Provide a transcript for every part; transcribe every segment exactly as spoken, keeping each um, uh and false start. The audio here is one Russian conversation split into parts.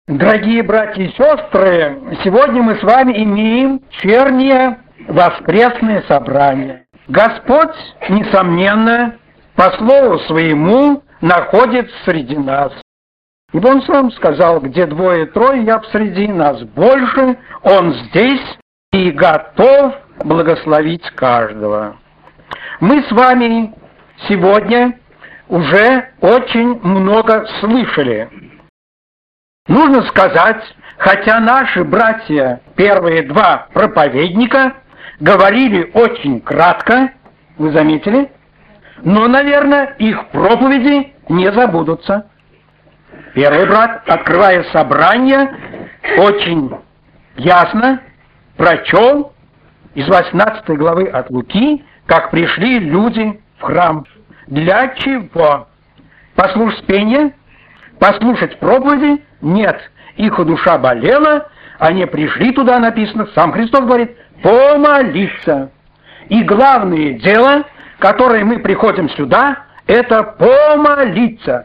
Дорогие братья и сестры, сегодня мы с вами имеем вечернее воскресное собрание. Господь, несомненно, по слову своему находится среди нас. Ибо Он сам сказал, где двое-трое, я посреди нас больше, Он здесь и готов благословить каждого. Мы с вами сегодня уже очень много слышали. Нужно сказать, хотя наши братья, первые два проповедника, говорили очень кратко, вы заметили, но, наверное, их проповеди не забудутся. Первый брат, открывая собрание, очень ясно прочел из восемнадцатой главы от Луки, как пришли люди в храм. Для чего? Послушать пение? Послушать проповеди? Нет. Их душа болела, они пришли туда, написано, сам Христос говорит, помолиться. И главное дело, которое мы приходим сюда, это помолиться.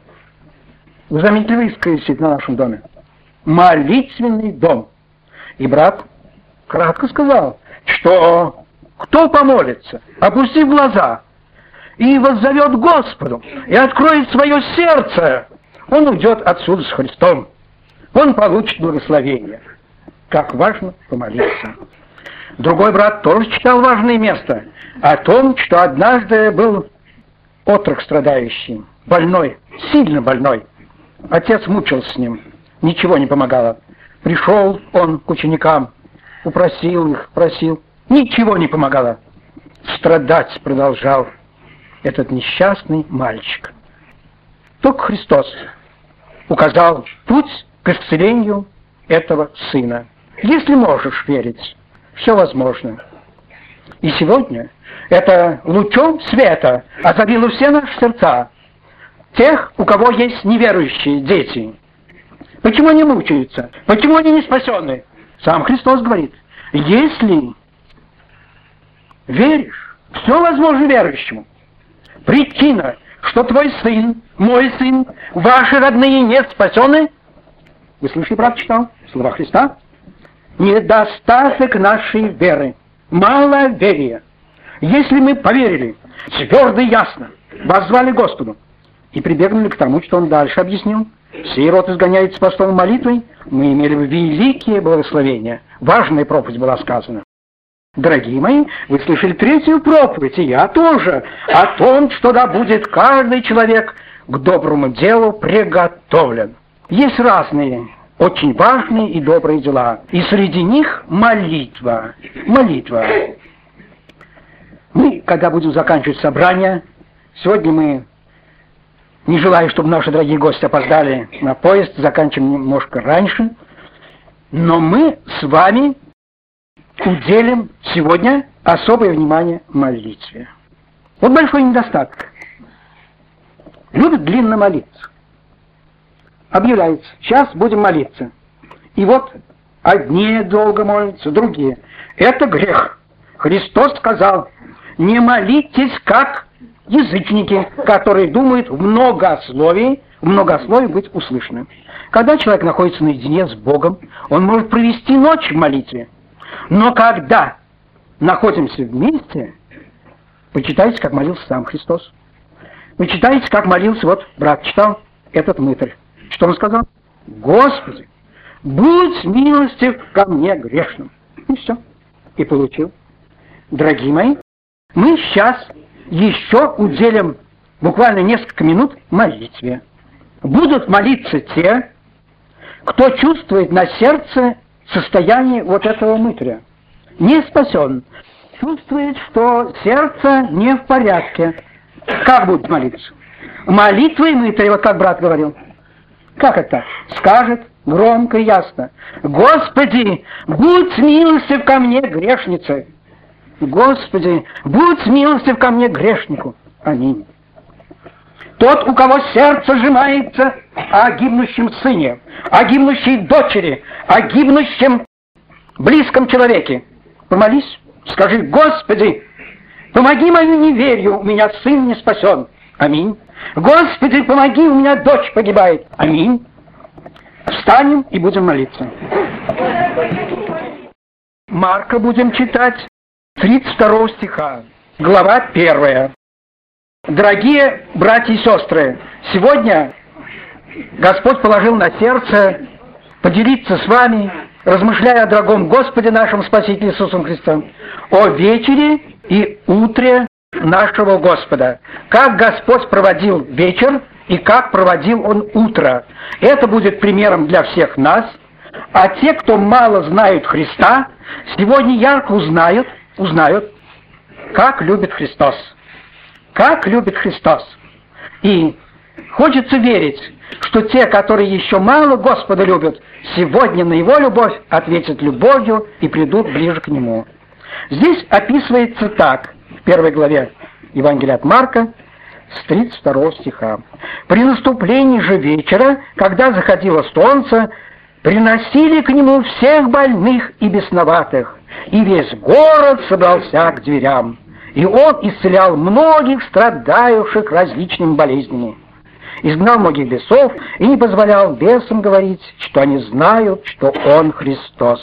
Вы заметили, высказать на нашем доме? Молитвенный дом. И брат кратко сказал, что кто помолится, опустив глаза, и воззовет Господу, и откроет свое сердце, он уйдет отсюда с Христом. Он получит благословение. Как важно помолиться. Другой брат тоже читал важное место о том, что однажды был отрок страдающий, больной, сильно больной. Отец мучился с ним, ничего не помогало. Пришел он к ученикам, упросил их, просил, ничего не помогало. Страдать продолжал этот несчастный мальчик. Только Христос указал путь к исцелению этого сына. Если можешь верить, все возможно. И сегодня это лучом света озарило все наши сердца, тех, у кого есть неверующие дети. Почему они мучаются? Почему они не спасены? Сам Христос говорит, если веришь, все возможно верующему. Причина, что твой сын, мой сын, ваши родные не спасены, вы слышали, брат читал слова Христа? Недостаток нашей веры, маловерие. Если мы поверили, твердо и ясно, воззвали Господу и прибегнули к тому, что Он дальше объяснил, сей род изгоняется постом молитвой, мы имели бы великие благословения. Важная проповедь была сказана. Дорогие мои, вы слышали третью проповедь, и я тоже, о том, что да будет каждый человек к доброму делу приготовлен. Есть разные, очень важные и добрые дела, и среди них молитва. Молитва. Мы, когда будем заканчивать собрание, сегодня мы, не желая, чтобы наши дорогие гости опоздали на поезд, заканчиваем немножко раньше, но мы с вами уделим сегодня особое внимание молитве. Вот большой недостаток. Любят длинно молиться. Объявляется, сейчас будем молиться. И вот одни долго молятся, другие. Это грех. Христос сказал, не молитесь, как язычники, которые думают в многословии, в многословии быть услышанным. Когда человек находится наедине с Богом, он может провести ночь в молитве. Но когда находимся вместе, почитайте, как молился сам Христос. Почитайте, как молился, вот брат читал этот мытарь. Что он сказал? Господи, будь милостив ко мне грешным. И все. И получил. Дорогие мои, мы сейчас еще уделим буквально несколько минут молитве. Будут молиться те, кто чувствует на сердце состояние вот этого мытаря. Не спасен. Чувствует, что сердце не в порядке. Как будет молиться? Молитвой мытаря, вот как брат говорил. Как это? Скажет громко и ясно. Господи, будь милостив ко мне, грешнице. Господи, будь милостив ко мне, грешнику. Аминь. Тот, у кого сердце сжимается о гибнущем сыне, о гибнущей дочери, о гибнущем близком человеке, помолись, скажи, Господи, помоги мою неверию, у меня сын не спасен. Аминь. Господи, помоги, у меня дочь погибает. Аминь. Встанем и будем молиться. Марка будем читать тридцать второго стиха, глава первая. Дорогие братья и сестры, сегодня Господь положил на сердце поделиться с вами, размышляя о дорогом Господе нашем Спасителе Иисусом Христом, о вечере и утре нашего Господа. Как Господь проводил вечер и как проводил Он утро. Это будет примером для всех нас. А те, кто мало знают Христа, сегодня ярко узнают, узнают, как любит Христос. Как любит Христос. И хочется верить, что те, которые еще мало Господа любят, сегодня на Его любовь ответят любовью и придут ближе к Нему. Здесь описывается так, в первой главе Евангелия от Марка, с тридцать второго стиха. «При наступлении же вечера, когда заходило солнце, приносили к Нему всех больных и бесноватых, и весь город собрался к дверям, и Он исцелял многих страдающих различными болезнями, изгнал многих бесов и не позволял бесам говорить, что они знают, что Он Христос.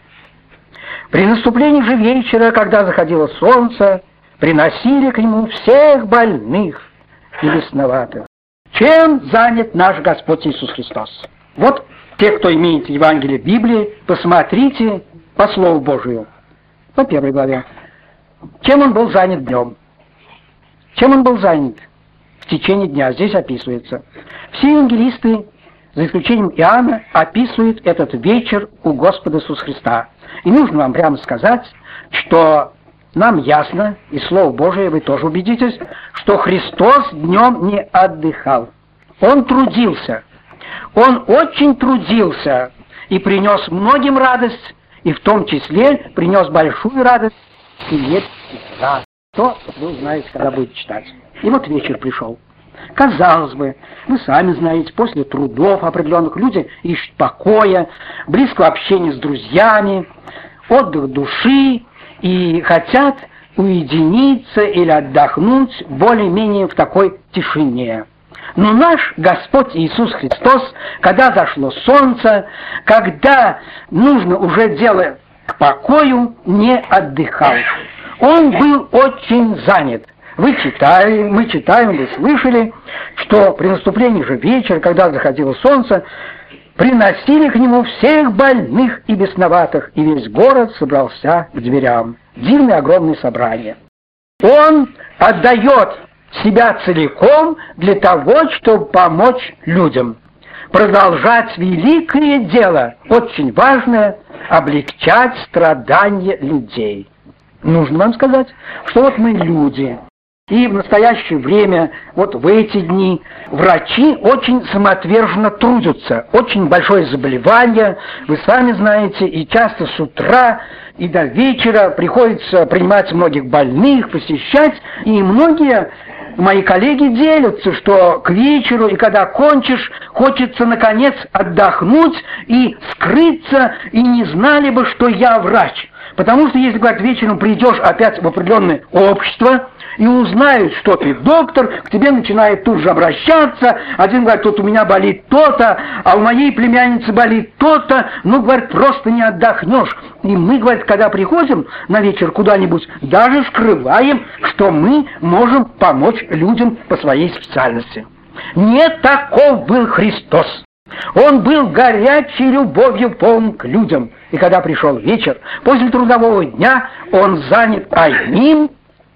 При наступлении же вечера, когда заходило солнце, приносили к Нему всех больных и бесноватых». Чем занят наш Господь Иисус Христос? Вот те, кто имеет Евангелие Библии, посмотрите по Слову Божию, по первой главе. Чем Он был занят днем? Чем Он был занят в течение дня? Здесь описывается. Все евангелисты, за исключением Иоанна, описывают этот вечер у Господа Иисуса Христа. И нужно вам прямо сказать, что нам ясно, и Слово Божие вы тоже убедитесь, что Христос днем не отдыхал. Он трудился. Он очень трудился и принес многим радость, и в том числе принес большую радость и есть да, то вы узнаете, когда будете читать. И вот вечер пришел. Казалось бы, вы сами знаете, после трудов определенных люди ищут покоя, близкого общения с друзьями, отдых души и хотят уединиться или отдохнуть более-менее в такой тишине. Но наш Господь Иисус Христос, когда зашло солнце, когда нужно уже делать к покою, не отдыхал. Он был очень занят. Вы читали, мы читаем, вы слышали, что при наступлении же вечера, когда заходило солнце, приносили к Нему всех больных и бесноватых, и весь город собрался к дверям. Дивное огромное собрание. Он отдает себя целиком для того, чтобы помочь людям. Продолжать великое дело, очень важное, облегчать страдания людей. Нужно вам сказать, что вот мы люди, и в настоящее время, вот в эти дни, врачи очень самоотверженно трудятся. Очень большое заболевание, вы сами знаете, и часто с утра и до вечера приходится принимать многих больных, посещать, и многие мои коллеги делятся, что к вечеру, и когда кончишь, хочется, наконец, отдохнуть и скрыться, и не знали бы, что я врач. Потому что, если, говорят, вечером придешь опять в определенное общество, и узнают, что ты доктор, к тебе начинают тут же обращаться. Один говорит, тут у меня болит то-то, а у моей племянницы болит то-то. Ну, говорит, просто не отдохнешь. И мы, говорит, когда приходим на вечер куда-нибудь, даже скрываем, что мы можем помочь людям по своей специальности. Не таков был Христос. Он был горячей любовью полон к людям. И когда пришел вечер, после трудового дня, он занят одним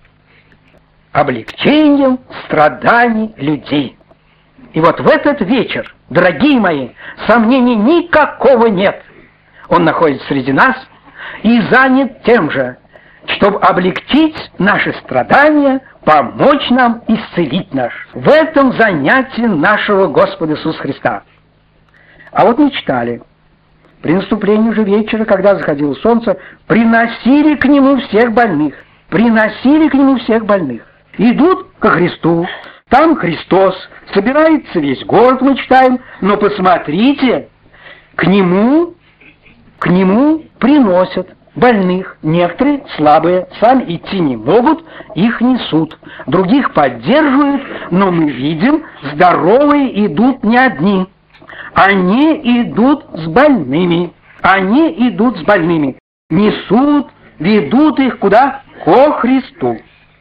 облегчением страданий людей. И вот в этот вечер, дорогие мои, сомнений никакого нет. Он находится среди нас и занят тем же, чтобы облегчить наши страдания, помочь нам исцелить нас. В этом занятии нашего Господа Иисуса Христа. А вот мы читали. При наступлении же вечера, когда заходило солнце, приносили к Нему всех больных. Приносили к Нему всех больных. Идут ко Христу, там Христос, собирается весь город, мы читаем, но посмотрите, к Нему, к Нему приносят больных. Некоторые слабые, сами идти не могут, их несут. Других поддерживают, но мы видим, здоровые идут не одни. Они идут с больными. Они идут с больными. Несут, ведут их куда? Ко Христу.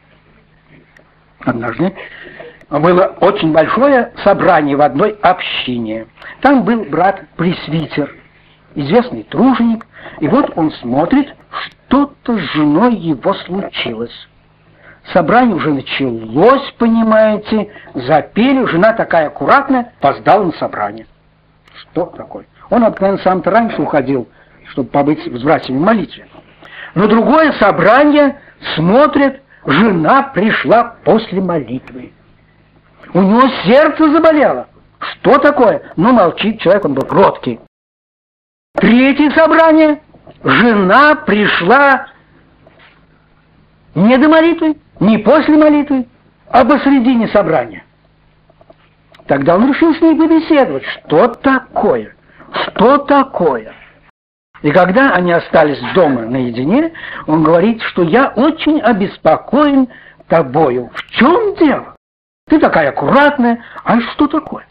Однажды было очень большое собрание в одной общине. Там был брат-пресвитер, известный труженик, и вот он смотрит, что-то с женой его случилось. Собрание уже началось, понимаете, запели, жена такая аккуратная, опоздала на собрание. Что такое? Он обыкновенно сам-то раньше уходил, чтобы побыть с братьями в молитве. Но другое собрание смотрит, жена пришла после молитвы. У него сердце заболело. Что такое? Ну, молчит человек, он был кроткий. Третье собрание. Жена пришла не до молитвы, не после молитвы, а посредине собрания. Тогда он решил с ней побеседовать. Что такое? Что такое? И когда они остались дома наедине, он говорит, что я очень обеспокоен тобою. В чем дело? Ты такая аккуратная, а что такое?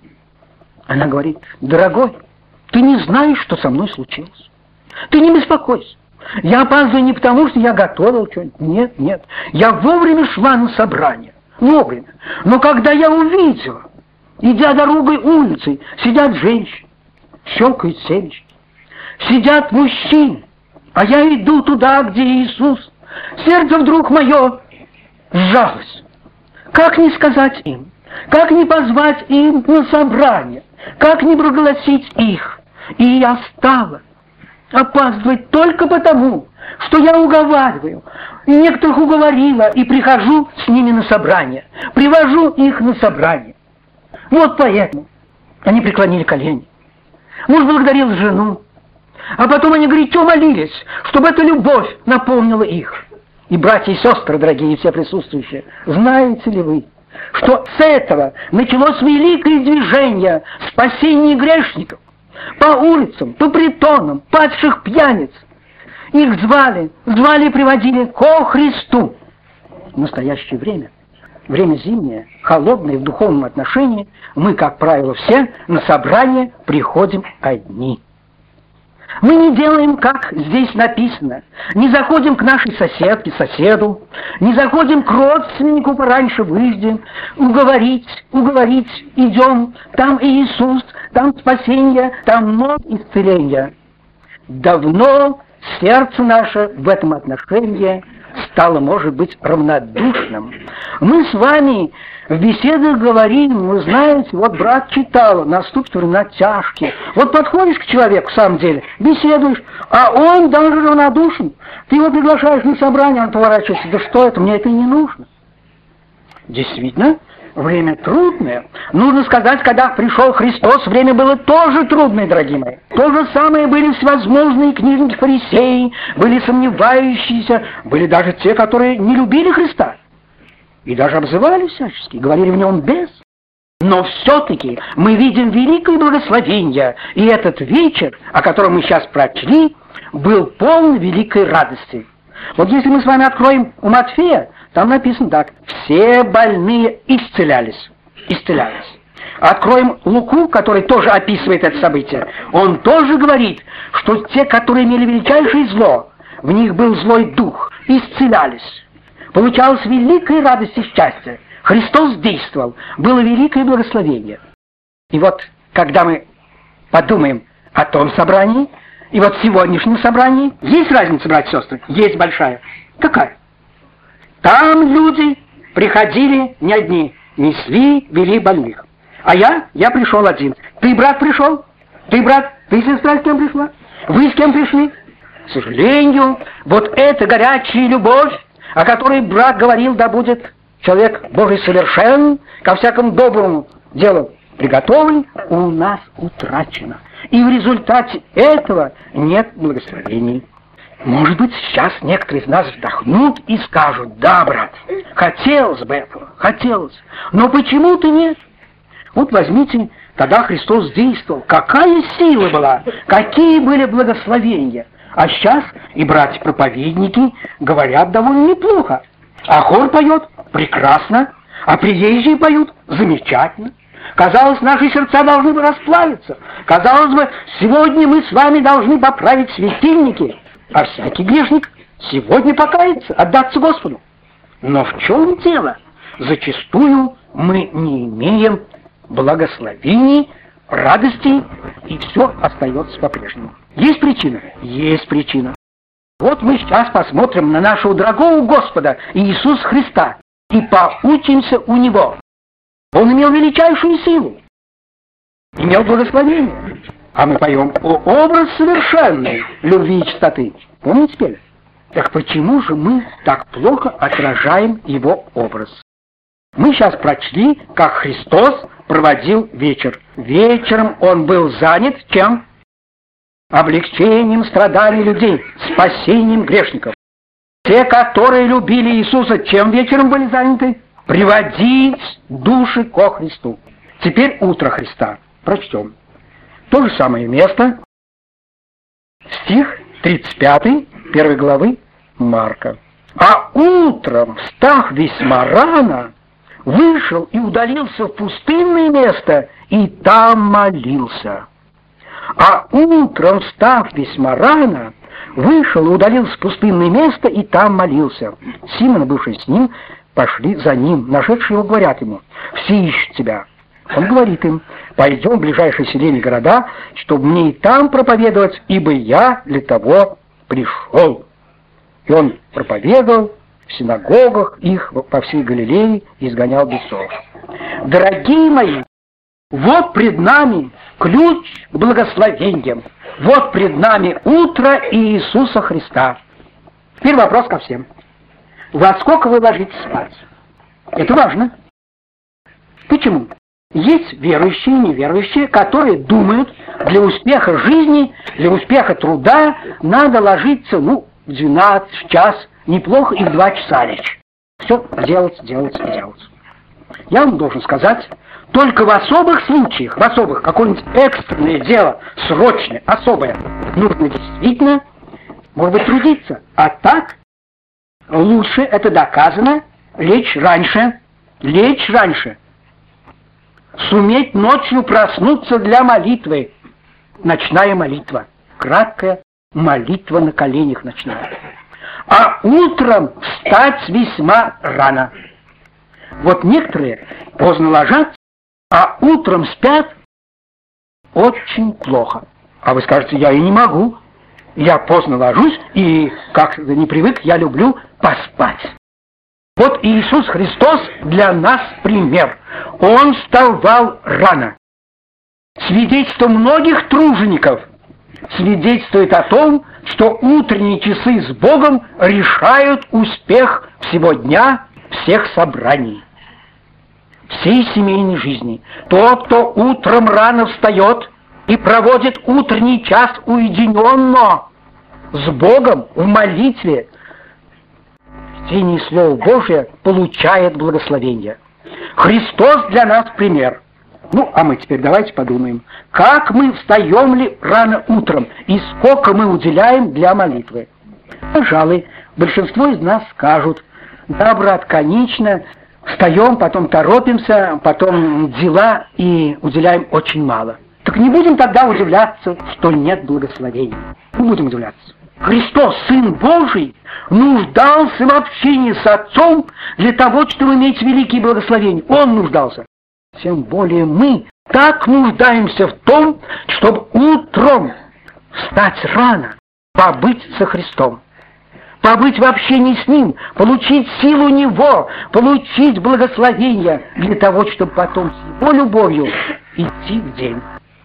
Она говорит, дорогой, ты не знаешь, что со мной случилось. Ты не беспокойся. Я опаздываю не потому, что я готовил что-нибудь. Нет, нет. Я вовремя шла на собрание. Вовремя. Но когда я увидела, идя дорогой улицей, сидят женщины, щелкают семечки, сидят мужчины, а я иду туда, где Иисус, сердце вдруг мое сжалось. Как не сказать им? Как не позвать им на собрание? Как не прогласить их? И я стала опаздывать только потому, что я уговариваю. И некоторых уговорила, и прихожу с ними на собрание. Привожу их на собрание. Вот поэтому они преклонили колени. Муж благодарил жену. А потом они горячо молились, чтобы эта любовь наполнила их. И, братья и сестры, дорогие все присутствующие, знаете ли вы, что с этого началось великое движение спасения грешников? По улицам, по притонам, падших пьяниц. Их звали, звали и приводили ко Христу. В настоящее время, время зимнее, холодное в духовном отношении, мы, как правило, все на собрание приходим одни. Мы не делаем, как здесь написано. Не заходим к нашей соседке, соседу. Не заходим к родственнику пораньше выйдем. Уговорить, уговорить, идем. Там Иисус, там спасение, там много исцеления. Давно сердце наше в этом отношении стало, может быть, равнодушным. Мы с вами в беседах говорим, вы знаете, вот брат читал, наступят времена тяжкие. Вот подходишь к человеку, в самом деле, беседуешь, а он даже равнодушен. Ты его приглашаешь на собрание, он поворачивается, да что это, мне это не нужно. Действительно, время трудное. Нужно сказать, когда пришел Христос, время было тоже трудное, дорогие мои. То же самое были всевозможные книжники фарисеи, были сомневающиеся, были даже те, которые не любили Христа. И даже обзывали всячески, говорили в нем без. Но все-таки мы видим великое благословение, и этот вечер, о котором мы сейчас прочли, был полон великой радости. Вот если мы с вами откроем у Матфея, там написано так: все больные исцелялись. Исцелялись. Откроем Луку, который тоже описывает это событие. Он тоже говорит, что те, которые имели величайшее зло, в них был злой дух, исцелялись. Получалась великая радость и счастье. Христос действовал, было великое благословение. И вот, когда мы подумаем о том собрании, и вот сегодняшнем собрании, есть разница, братья и сестры? Есть большая. Какая? Там люди приходили не одни, несли, вели больных. А я, я пришел один. Ты, брат, пришел? Ты, брат, ты, сестра, с кем пришла? Вы с кем пришли? К сожалению, вот эта горячая любовь, о которой брат говорил, да будет человек Божий совершен, ко всякому доброму делу приготовлен, у нас утрачено. И в результате этого нет благословений. Может быть, сейчас некоторые из нас вздохнут и скажут: да, брат, хотелось бы этого, хотелось, но почему-то нет. Вот возьмите, тогда Христос действовал, какая сила была, какие были благословения. А сейчас и братья-проповедники говорят довольно неплохо. А хор поет прекрасно, а приезжие поют замечательно. Казалось, наши сердца должны бы расплавиться. Казалось бы, сегодня мы с вами должны поправить светильники, а всякий грешник сегодня покаяться, отдаться Господу. Но в чем дело? Зачастую мы не имеем благословений, радости, и все остается по-прежнему. Есть причина? Есть причина. Вот мы сейчас посмотрим на нашего дорогого Господа Иисуса Христа и поучимся у Него. Он имел величайшую силу, имел благословение. А мы поем о образ совершенной любви и чистоты. Помните пели? Так почему же мы так плохо отражаем его образ? Мы сейчас прочли, как Христос проводил вечер. Вечером он был занят чем? Облегчением страданий людей, спасением грешников. Те, которые любили Иисуса, чем вечером были заняты? Приводить души ко Христу. Теперь утро Христа. Прочтем. То же самое место. Стих тридцать пятый, первой главы Марка. А утром, встав весьма рано, вышел и удалился в пустынное место, и там молился. А утром, встав весьма рано, вышел и удалился в пустынное место, и там молился. Симон, бывший с ним, пошли за ним. Нашедшие его говорят ему: «Все ищут тебя». Он говорит им: «Пойдем в ближайшие селения и города, чтобы мне и там проповедовать, ибо я для того пришел». И он проповедовал в синагогах их по всей Галилее и изгонял бесов. Дорогие мои, вот пред нами ключ к благословениям. Вот пред нами утро Иисуса Христа. Теперь вопрос ко всем. Во сколько вы ложитесь спать? Это важно. Почему? Есть верующие и неверующие, которые думают, для успеха жизни, для успеха труда надо ложиться, ну, в двенадцать, в час, неплохо и в два часа лечь. Все делать, делать и делать. Я вам должен сказать, только в особых случаях, в особых, какое-нибудь экстренное дело, срочное, особое, нужно действительно, может быть, трудиться. А так, лучше, это доказано, лечь раньше, лечь раньше. Суметь ночью проснуться для молитвы. Ночная молитва. Краткая молитва на коленях ночная. А утром встать весьма рано. Вот некоторые поздно ложатся, а утром спят очень плохо. А вы скажете: я и не могу. Я поздно ложусь, и как не привык, я люблю поспать. Вот Иисус Христос для нас пример. Он вставал рано. Свидетельство многих тружеников свидетельствует о том, что утренние часы с Богом решают успех всего дня, всех собраний, всей семейной жизни. Тот, кто утром рано встает и проводит утренний час уединенно с Богом в молитве, в чтении Слова Божия, получает благословение. Христос для нас пример. Ну, а мы теперь давайте подумаем, как мы встаем ли рано утром и сколько мы уделяем для молитвы. Пожалуй, большинство из нас скажут: да, брат, конечно, встаем, потом торопимся, потом дела и уделяем очень мало. Так не будем тогда удивляться, что нет благословения. Не будем удивляться. Христос, Сын Божий, нуждался в общении с Отцом для того, чтобы иметь великие благословения. Он нуждался. Тем более мы так нуждаемся в том, чтобы утром встать рано, побыть со Христом, побыть в общении с Ним, получить силу Него, получить благословение для того, чтобы потом с Его любовью идти в день.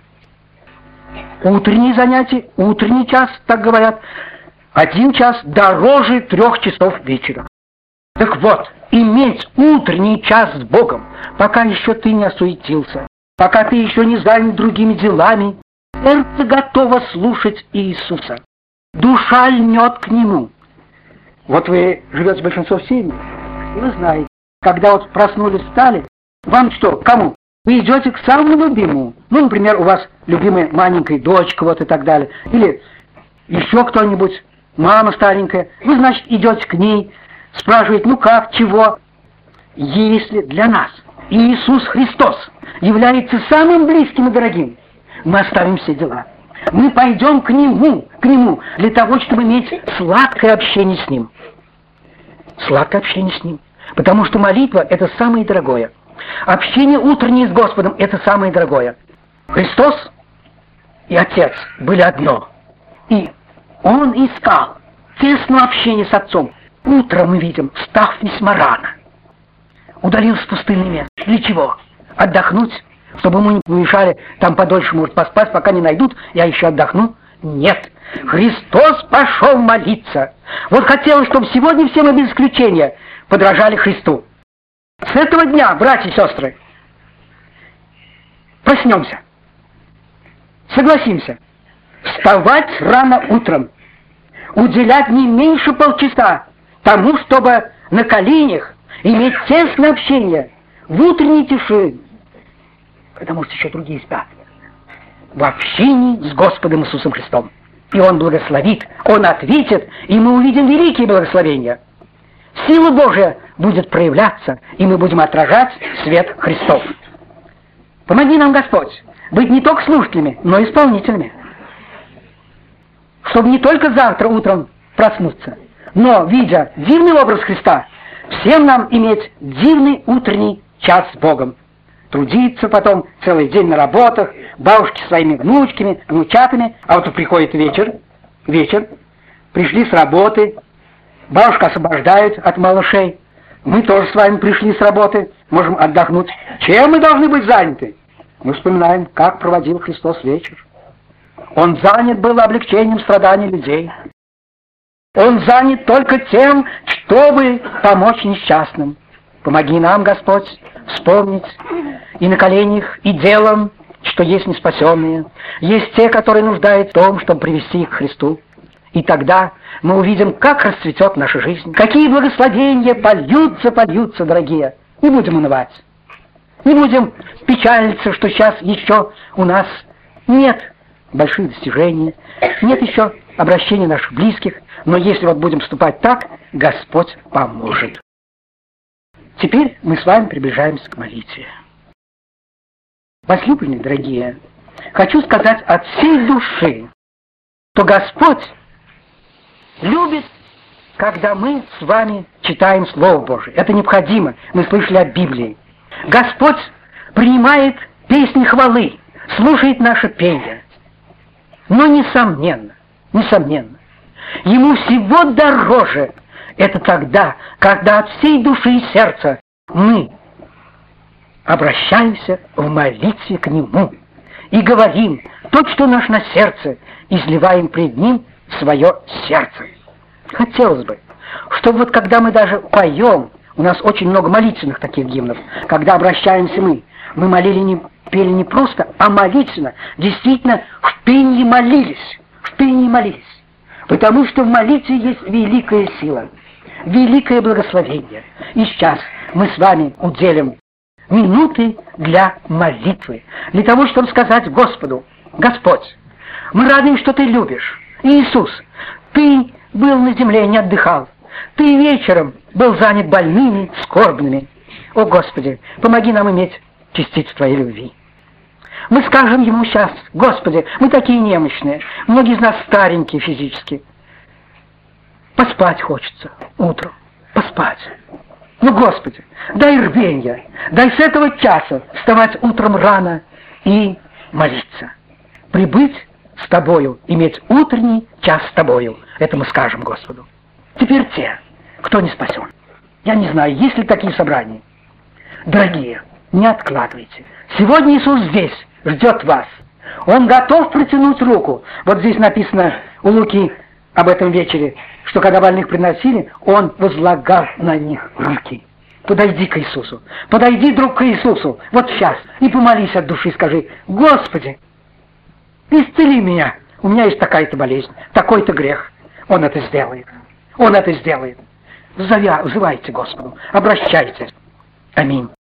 Утренние занятия, утренний час, так говорят, один час дороже трех часов вечера. Так вот, иметь утренний час с Богом, пока еще ты не осуетился, пока ты еще не занят другими делами, сердце готово слушать Иисуса. Душа льнет к Нему. Вот вы живете в большинстве семьи, и вы знаете, когда вот проснулись, встали, вам что, к кому? Вы идете к самому любимому. Ну, например, у вас любимая маленькая дочка, вот и так далее. Или еще кто-нибудь, мама старенькая. Вы, значит, идете к ней, спрашиваете: ну как, чего? Если для нас Иисус Христос является самым близким и дорогим, мы оставим все дела. Мы пойдем к Нему, к Нему, для того, чтобы иметь сладкое общение с Ним. Сладкое общение с Ним. Потому что молитва – это самое дорогое. Общение утреннее с Господом – это самое дорогое. Христос и Отец были одно. И Он искал тесное общение с Отцом. Утром мы видим, встав весьма рано, удалился в пустынное место. Для чего? Отдохнуть, чтобы ему не помешали, там подольше может поспать, пока не найдут, я еще отдохну. Нет, Христос пошел молиться. Вот хотелось, чтобы сегодня все мы без исключения подражали Христу. С этого дня, братья и сестры, проснемся, согласимся, вставать рано утром, уделять не меньше полчаса тому, чтобы на коленях иметь тесное общение в утренней тиши, потому что еще другие спят, в общении с Господом Иисусом Христом. И Он благословит, Он ответит, и мы увидим великие благословения. Сила Божия будет проявляться, и мы будем отражать свет Христов. Помоги нам, Господь, быть не только слушателями, но и исполнителями. Чтобы не только завтра утром проснуться, но, видя дивный образ Христа, всем нам иметь дивный утренний час с Богом. Трудиться потом целый день на работах, бабушки своими внучками, внучатами, а вот приходит вечер, вечер, пришли с работы, бабушка освобождает от малышей, мы тоже с вами пришли с работы, можем отдохнуть. Чем мы должны быть заняты? Мы вспоминаем, как проводил Христос вечер. Он занят был облегчением страданий людей. Он занят только тем, чтобы помочь несчастным. Помоги нам, Господь, вспомнить и на коленях, и делом, что есть неспасенные, есть те, которые нуждаются в том, чтобы привести их к Христу. И тогда мы увидим, как расцветет наша жизнь, какие благословения польются, польются, дорогие. Не будем унывать, не будем печалиться, что сейчас еще у нас нет больших достижений, нет еще обращения наших близких, но если вот будем вступать так, Господь поможет. Теперь мы с вами приближаемся к молитве. Возлюбленные, дорогие, хочу сказать от всей души, что Господь любит, когда мы с вами читаем Слово Божие. Это необходимо. Мы слышали о Библии. Господь принимает песни хвалы, слушает наше пение. Но несомненно, несомненно, Ему всего дороже это тогда, когда от всей души и сердца мы обращаемся в молитве к Нему и говорим то, что наше на сердце, изливаем пред Ним свое сердце. Хотелось бы, чтобы вот когда мы даже поем, у нас очень много молитвенных таких гимнов, когда обращаемся мы, мы молили не, пели не просто, а молитвенно, действительно в пении молились, в пении молились. Потому что в молитве есть великая сила, великое благословение. И сейчас мы с вами уделим минуты для молитвы, для того, чтобы сказать Господу: Господь, мы рады, что Ты любишь. Иисус, Ты был на земле и не отдыхал. Ты вечером был занят больными, скорбными. О, Господи, помоги нам иметь частицу Твоей любви. Мы скажем Ему сейчас: Господи, мы такие немощные, многие из нас старенькие физически. Поспать хочется утром, поспать. Ну, Господи, дай рвенья, дай с этого часа вставать утром рано и молиться. Прибыть с Тобою, иметь утренний час с Тобою. Это мы скажем Господу. Теперь те, кто не спасен. Я не знаю, есть ли такие собрания. Дорогие, не откладывайте. Сегодня Иисус здесь, ждет вас. Он готов протянуть руку. Вот здесь написано у Луки об этом вечере, что когда больных приносили, Он возлагал на них руки. Подойди к Иисусу. Подойди, друг, к Иисусу. Вот сейчас. И помолись от души. Скажи: Господи, исцели меня. У меня есть такая-то болезнь, такой-то грех. Он это сделает. Он это сделает. Взывайте Господу. Обращайтесь. Аминь.